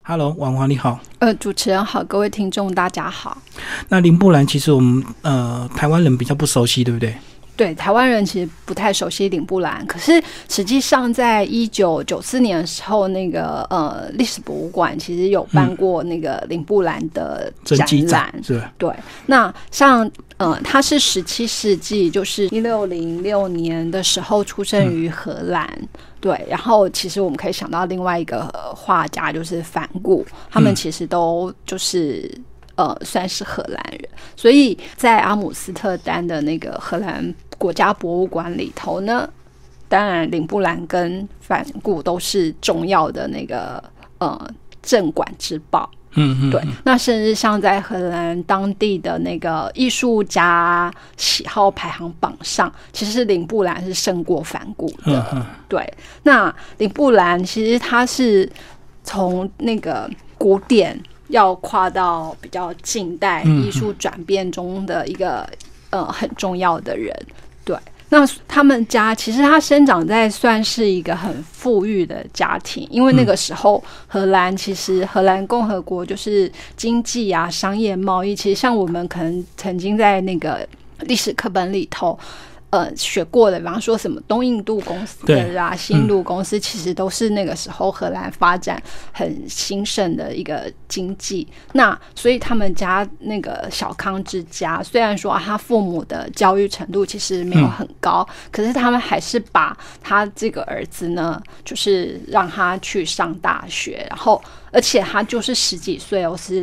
Hello， 婉华你好。 主持人好，各位听众大家好。 那林布兰其实我们台湾人比较不熟悉，对不对？ 对，台湾人其实不太熟悉林布兰，可是实际上在1994年的时候，那个历史博物馆其实有办过那个林布兰的展览， 是吧？ 对，那像他是17世纪，就是1606年的时候出生于荷兰。对，然后其实我们可以想到另外一个画家就是梵谷，他们其实都就是算是荷兰人，所以在阿姆斯特丹的那个荷兰国家博物馆里头呢，当然林布兰跟梵谷都是重要的那个镇馆之宝。对，那甚至像在荷兰当地的那个艺术家喜好排行榜上，其实林布兰是胜过梵谷的。对，那林布兰其实他是从那个古典要跨到比较近代艺术转变中的一个很重要的人。对，那他们家其实他生长在算是一个很富裕的家庭，因为那个时候荷兰其实荷兰共和国就是经济啊、商业贸易，其实像我们可能曾经在那个历史课本里头学过的，比方说什么东印度公司啊、新路公司，其实都是那个时候荷兰发展很兴盛的一个经济。那所以他们家那个小康之家，虽然说他父母的教育程度其实没有很高，可是他们还是把他这个儿子呢，就是让他去上大学，然后而且他就是10几岁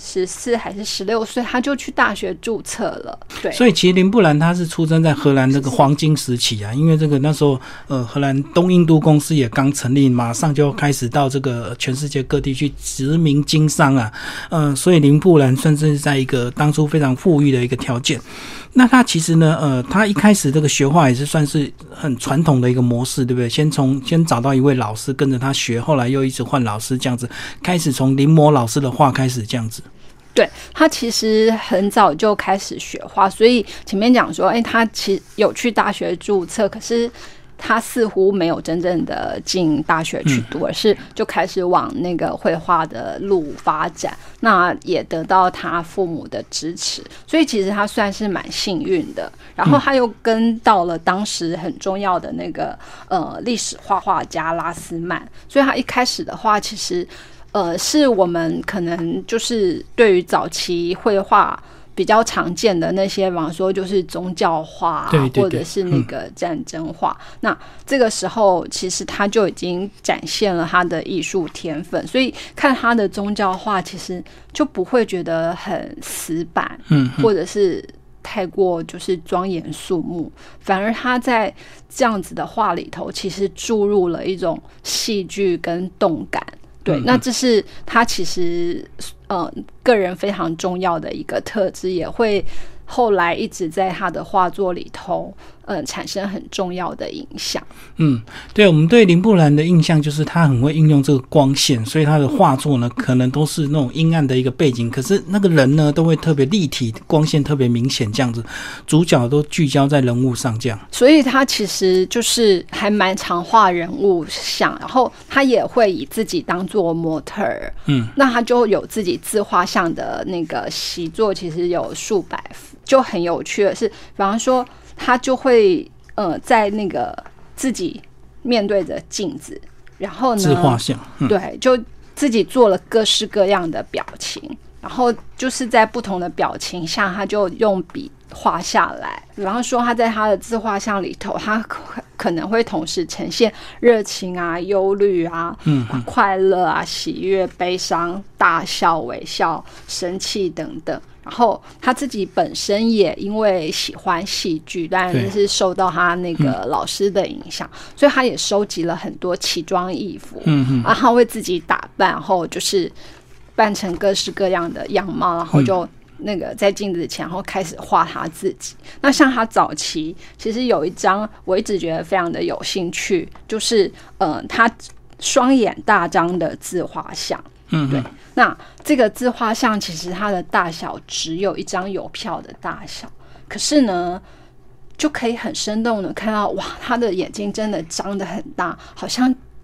14还是16岁，他就去大学注册了。对， 所以其实林布兰他是出生在荷兰这个黄金时期啊，因为这个那时候荷兰东印度公司也刚成立，马上就开始到这个全世界各地去殖民经商啊，所以林布兰算是在一个当初非常富裕的一个条件。那他其实呢，他一开始这个学画也是算是很传统的一个模式，对不对？先找到一位老师跟着他学，后来又一直换老师，这样子开始从临摹老师的画开始这样子。 对，他其实很早就开始学画，所以前面讲说，他其实有去大学注册，可是他似乎没有真正的进大学去读，而是就开始往那个绘画的路发展。那也得到他父母的支持，所以其实他算是蛮幸运的。然后他又跟到了当时很重要的那个历史画家拉斯曼，所以他一开始的话，其实是我们可能就是对于早期绘画比较常见的那些，比方说就是宗教画， 对对对， 或者是那个战争画。那这个时候其实他就已经展现了他的艺术天分，所以看他的宗教画其实就不会觉得很死板，或者是太过就是庄严肃穆，反而他在这样子的画里头其实注入了一种戏剧跟动感。对，那这是他其实个人非常重要的一个特质，也会后来一直在他的画作里头产生很重要的影响。 对，我们对林布兰的印象就是他很会运用这个光线，所以他的画作呢可能都是那种阴暗的一个背景，可是那个人呢都会特别立体，光线特别明显，这样子主角都聚焦在人物上，这样。 所以他其实就是还蛮常画人物像，然后他也会以自己当做模特儿。那他就有自己自画像的那个习作，其实有数百幅。就很有趣的是，比方说他就会在那个自己面对着镜子，然后呢， 自画像， 对，就自己做了各式各样的表情，然后就是在不同的表情下，他就用笔画下来。比方说他在他的自画像里头，他可能会同时呈现热情啊、忧虑啊、快乐啊、喜悦、悲伤、大笑、微笑、生气等等。然后他自己本身也因为喜欢戏剧，当然是受到他那个老师的影响，所以他也收集了很多奇装异服，然后他会自己打扮，然后就是扮成各式各样的样貌，然后就那个在镜子前，然后开始画他自己。那像他早期其实有一张我一直觉得非常的有兴趣，就是他双眼大张的自画像。对，那这个自画像其实它的大小只有一张邮票的大小，可是呢就可以很生动的看到，哇，他的眼睛真的张得很大，好像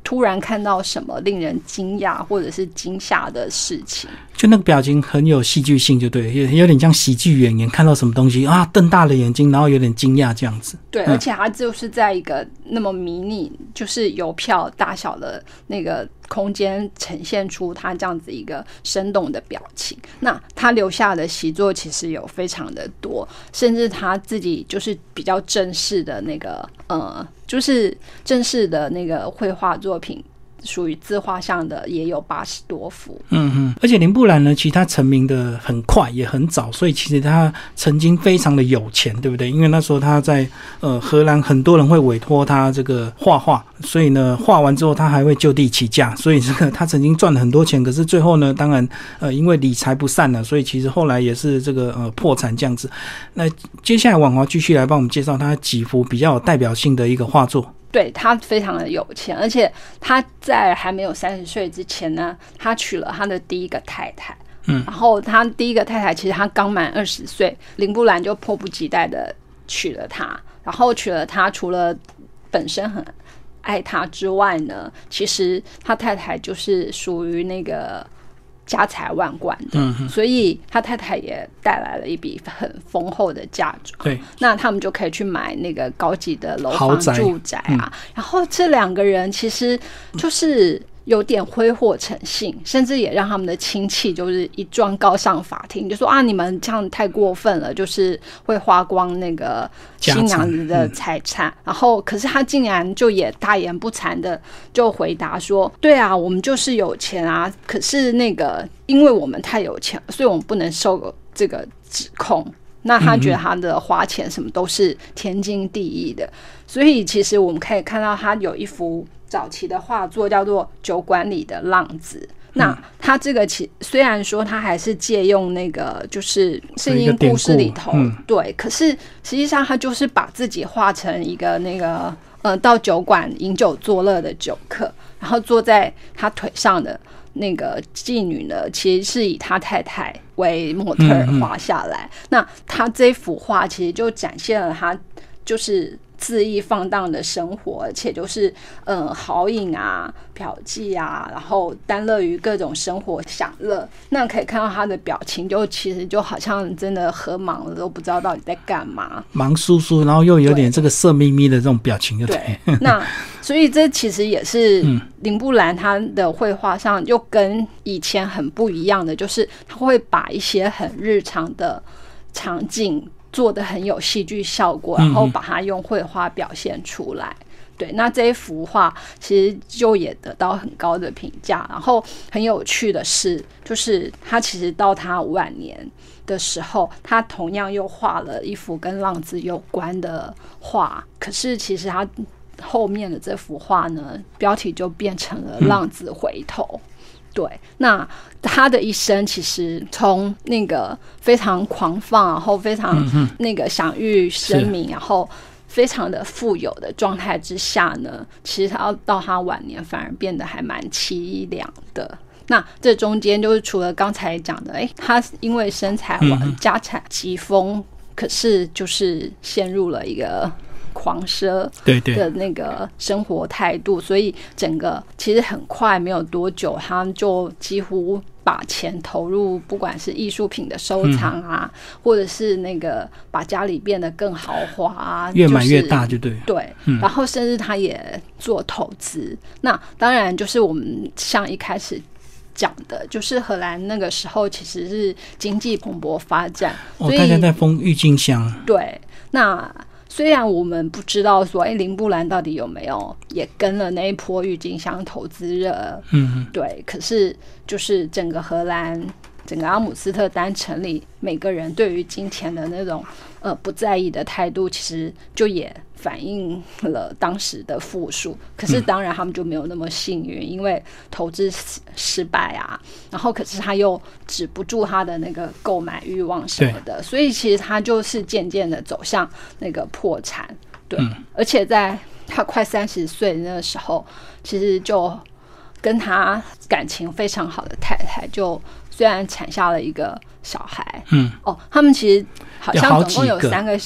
突然看到什么令人惊讶或者是惊吓的事情， 就那个表情很有戏剧性，就对，有点像喜剧演员看到什么东西啊，瞪大了眼睛，然后有点惊讶这样子。 对，而且他就是在一个那么迷你，就是邮票大小的那个空间呈现出他这样子一个生动的表情。那他留下的习作其实有非常的多，甚至他自己就是比较正式的那个就是正式的那个绘画作品，属于自画像的也有80多幅。 而且林布兰呢，其实他成名的很快也很早，所以其实他曾经非常的有钱，对不对？因为那时候他在荷兰很多人会委托他这个画画，所以呢画完之后他还会就地起价，所以这个他曾经赚了很多钱。可是最后呢，当然因为理财不善了，所以其实后来也是这个破产这样子。那接下来婉华继续来帮我们介绍他几幅比较有代表性的一个画作。 对，他非常的有钱，而且他在还没有30岁之前呢，他娶了他的第一个太太。然后他第一个太太其实他刚满20岁，林布兰就迫不及待的娶了她。然后娶了她，除了本身很爱她之外呢，其实他太太就是属于那个家财万贯的，所以他太太也带来了一笔很丰厚的嫁妆。 对， 那他们就可以去买那个高级的楼房住宅啊。然后这两个人其实就是有点挥霍成性，甚至也让他们的亲戚就是一状告上法庭，就说啊，你们这样太过分了，就是会花光那个新娘子的财产。然后可是他竟然就也大言不惭的就回答说，对啊，我们就是有钱啊，可是那个因为我们太有钱，所以我们不能受这个指控。那他觉得他的花钱什么都是天经地义的。所以其实我们可以看到他有一幅早期的画作叫做《酒馆里的浪子》。那他这个虽然说他还是借用那个就是圣经故事里头，对，可是实际上他就是把自己画成一个那个到酒馆饮酒作乐的酒客，然后坐在他腿上的那个妓女呢，其实是以他太太为模特儿画下来。那他这幅画其实就展现了他就是恣意放荡的生活，而且就是豪饮啊、嫖妓啊，然后耽乐于各种生活享乐。那可以看到他的表情，就其实就好像真的喝忙了，都不知道到底在干嘛， 忙叔叔，然后又有点这个色眯眯的这种表情，就对。 那所以这其实也是林布兰他的绘画上又跟以前很不一样的，就是他会把一些很日常的场景做得很有戏剧效果，然后把它用绘画表现出来。对，那这一幅画其实就也得到很高的评价。然后很有趣的是，就是他其实到他晚年的时候，他同样又画了一幅跟浪子有关的画，可是其实他后面的这幅画呢，标题就变成了《浪子回头》。对，那他的一生其实从那个非常狂放，然后非常那个享誉声名，然后非常的富有的状态之下呢，其实他到他晚年反而变得还蛮凄凉的。那这中间就是除了刚才讲的，他因为身材家产极丰，可是就是陷入了一个狂奢的那个生活态度，所以整个其实很快没有多久，他就几乎把钱投入不管是艺术品的收藏啊，或者是那个把家里变得更豪华啊， 越买越大就对。 对，然后甚至他也做投资。那当然就是我们像一开始讲的，就是荷兰那个时候其实是经济蓬勃发展，所以大家在封郁金香。 对，那虽然我们不知道说，林布兰到底有没有也跟了那一波郁金香投资热，对，可是就是整个荷兰，整个阿姆斯特丹城里，每个人对于金钱的那种不在意的态度，其实就也反映了当时的富庶。可是当然他们就没有那么幸运，因为投资失败啊，然后可是他又止不住他的那个购买欲望什么的，所以其实他就是渐渐的走向那个破产。对，而且在他快30岁那个时候，其实就跟他感情非常好的太太，就虽然产下了一个小孩，他们其实好像总共有3个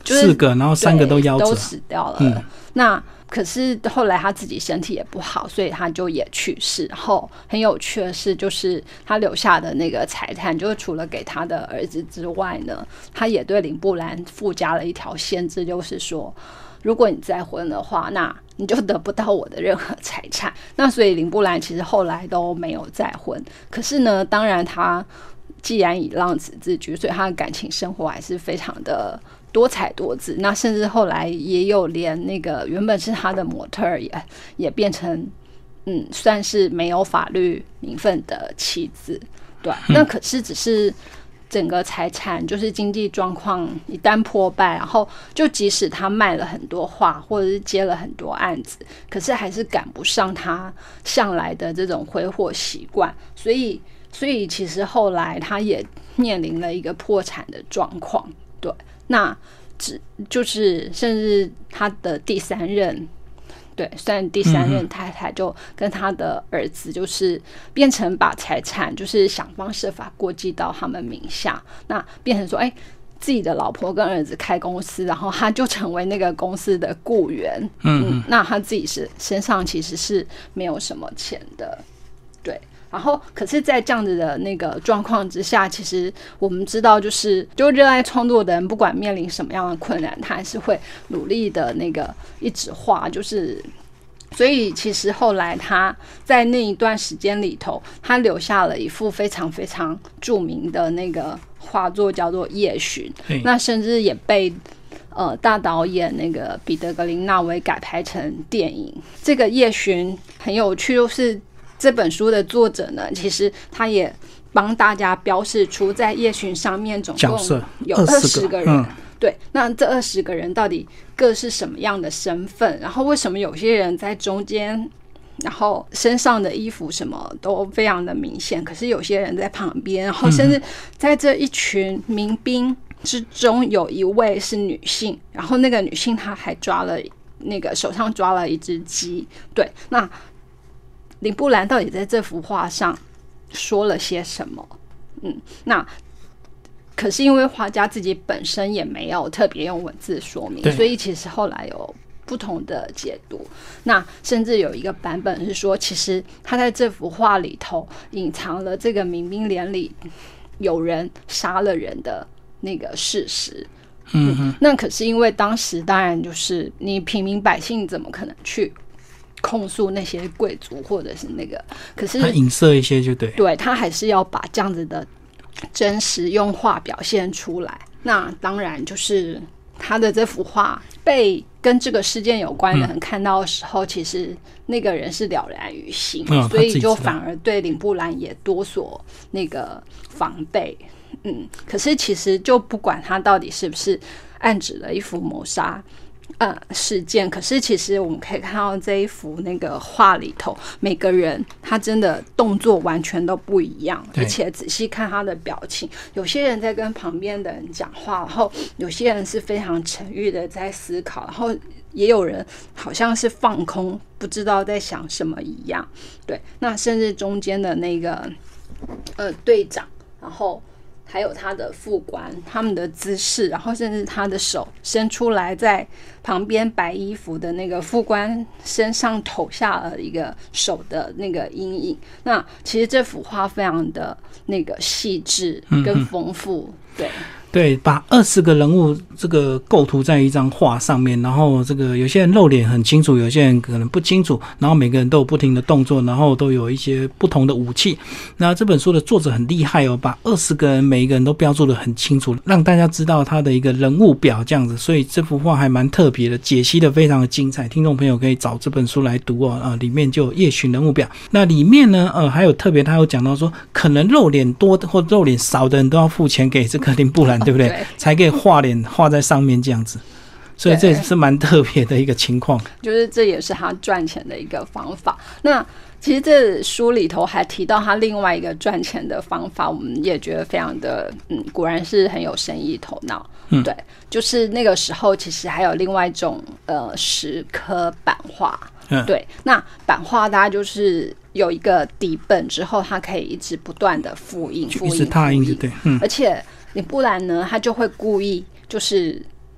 就是 4个，然后3个都夭折， 都死掉了。那可是后来他自己身体也不好，所以他就也去世。然后很有趣的是，就是他留下的那个财产，就是除了给他的儿子之外呢，他也对林布兰附加了一条限制，就是说，如果你再婚的话，那你就得不到我的任何财产。那所以林布兰其实后来都没有再婚。可是呢，当然他既然以浪子自居，所以他的感情生活还是非常的多彩多姿。那甚至后来也有连那个原本是他的模特儿也变成算是没有法律名分的妻子。对，那可是只是整个财产就是经济状况一旦破败，然后就即使他卖了很多画或者是接了很多案子，可是还是赶不上他向来的这种挥霍习惯。所以其实后来他也面临了一个破产的状况。对，那就是甚至他的第3任，对，算第3任太太就跟他的儿子就是变成把财产就是想方设法过继到他们名下，那变成说自己的老婆跟儿子开公司，然后他就成为那个公司的雇员。那他自己身上其实是没有什么钱的。对，然后可是在这样子的那个状况之下，其实我们知道就热爱创作的人不管面临什么样的困难，他还是会努力的那个一直画，就是所以其实后来他在那一段时间里头，他留下了一幅非常非常著名的那个画作叫做《夜巡》，那甚至也被大导演那个彼得格林纳维改拍成电影。这个《夜巡》很有趣，就是这本书的作者呢，其实他也帮大家标示出在夜巡上面总共有20个人。对，那这20个人到底各是什么样的身份？然后为什么有些人在中间，然后身上的衣服什么都非常的明显，可是有些人在旁边，然后甚至在这一群民兵之中有一位是女性，然后那个女性她还手上抓了一只鸡。对，那林布兰到底在这幅画上说了些什么？那可是因为画家自己本身也没有特别用文字说明，所以其实后来有不同的解读。那甚至有一个版本是说，其实他在这幅画里头隐藏了这个民兵连里有人杀了人的那个事实。那可是因为当时当然就是你平民百姓怎么可能去控诉那些贵族或者是那个，可是他影射一些就对， 他还是要把这样子的真实用画表现出来。那当然就是他的这幅画被跟这个事件有关的人看到的时候，其实那个人是了然于心，所以就反而对林布兰也多所那个防备。可是其实就不管他到底是不是暗指了一幅谋杀事件，可是其实我们可以看到这一幅那个画里头，每个人他真的动作完全都不一样，而且仔细看他的表情，有些人在跟旁边的人讲话，然后有些人是非常沉郁的在思考，然后也有人好像是放空，不知道在想什么一样。对，那甚至中间的那个队长，然后还有他的副官，他们的姿势，然后甚至他的手伸出来，在旁边白衣服的那个副官身上投下了一个手的那个阴影。那其实这幅画非常的那个细致跟丰富。 对，把20个人物这个构图在一张画上面，然后这个有些人露脸很清楚，有些人可能不清楚，然后每个人都有不停的动作，然后都有一些不同的武器。那这本书的作者很厉害把20个人每一个人都标注得很清楚，让大家知道他的一个人物表这样子，所以这幅画还蛮特别的，解析的非常的精彩。听众朋友可以找这本书来读里面就有夜巡人物表。那里面呢还有特别他有讲到说，可能露脸多或露脸少的人都要付钱给这个林布兰，对不对？才可以画脸画在上面这样子，所以这也是蛮特别的一个情况， 就是这也是他赚钱的一个方法。那其实这书里头还提到他另外一个赚钱的方法，我们也觉得非常的果然是很有生意头脑。对，就是那个时候其实还有另外一种石刻版画。对，那版画大家就是有一个底本之后，它可以一直不断的复印， 一直拓印，对， 而且林布兰呢，他就会故意就是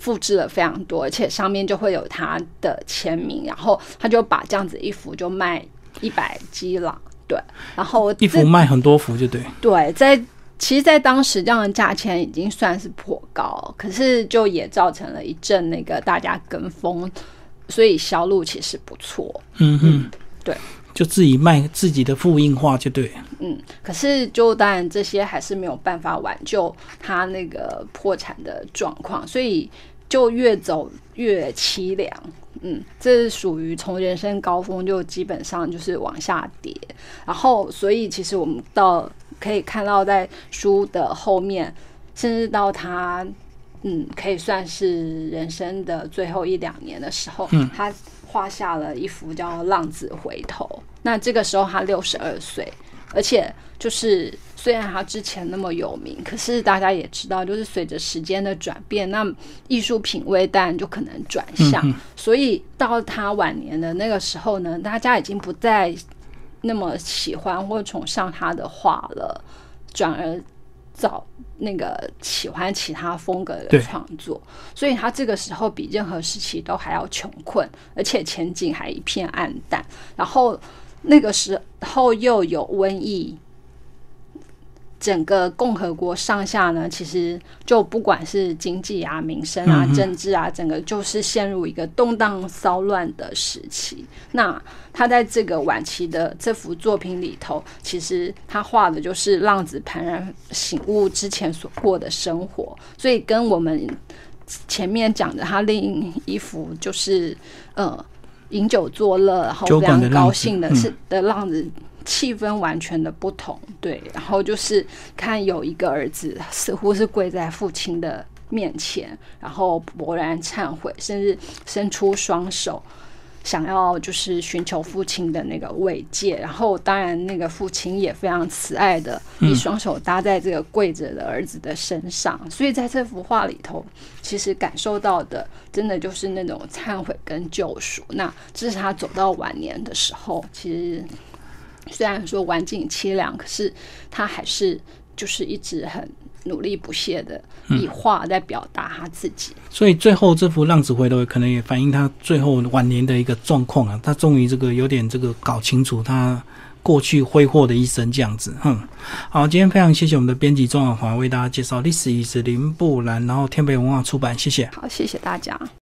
复制了非常多，而且上面就会有他的签名，然后他就把这样子一幅就卖100基朗，对，然后一幅卖很多幅就对。 对，其实在当时这样的价钱已经算是颇高，可是就也造成了一阵那个大家跟风，所以销路其实不错。对， 就自己卖自己的复印画就对。 可是就当然这些还是没有办法挽救他那个破产的状况，所以就越走越凄凉。这是属于从人生高峰就基本上就是往下跌，然后所以其实我们可以看到在书的后面，甚至到他可以算是人生的最后1-2年的时候，他画下了一幅叫《浪子回头》。那这个时候他62岁，而且就是虽然他之前那么有名，可是大家也知道，就是随着时间的转变，那艺术品味当然就可能转向。所以到他晚年的那个时候呢，大家已经不再那么喜欢或崇尚他的画了，转而找那个喜欢其他风格的创作，所以他这个时候比任何时期都还要穷困，而且前景还一片暗淡。然后那个时候又有瘟疫，整个共和国上下呢，其实就不管是经济啊、民生啊、政治啊，整个就是陷入一个动荡骚乱的时期。那他在这个晚期的这幅作品里头，其实他画的就是浪子幡然醒悟之前所过的生活，所以跟我们前面讲的他另一幅就是饮酒作乐，然后非常高兴的的浪子，气氛完全的不同。对，然后就是看有一个儿子似乎是跪在父亲的面前，然后勃然忏悔，甚至伸出双手想要就是寻求父亲的那个慰藉，然后当然那个父亲也非常慈爱的以双手搭在这个跪着的儿子的身上。所以在这幅画里头，其实感受到的真的就是那种忏悔跟救赎。那这是他走到晚年的时候，其实虽然说晚景凄凉，可是他还是就是一直很努力不懈的以画在表达他自己。 所以最后这幅浪子回头可能也反映他最后晚年的一个状况啊，他终于这个有点这个搞清楚他过去挥霍的一生这样子。好，今天非常谢谢我们的编辑庄婉华为大家介绍历史遗址林布兰，然后天北文化出版，谢谢。 好，谢谢大家。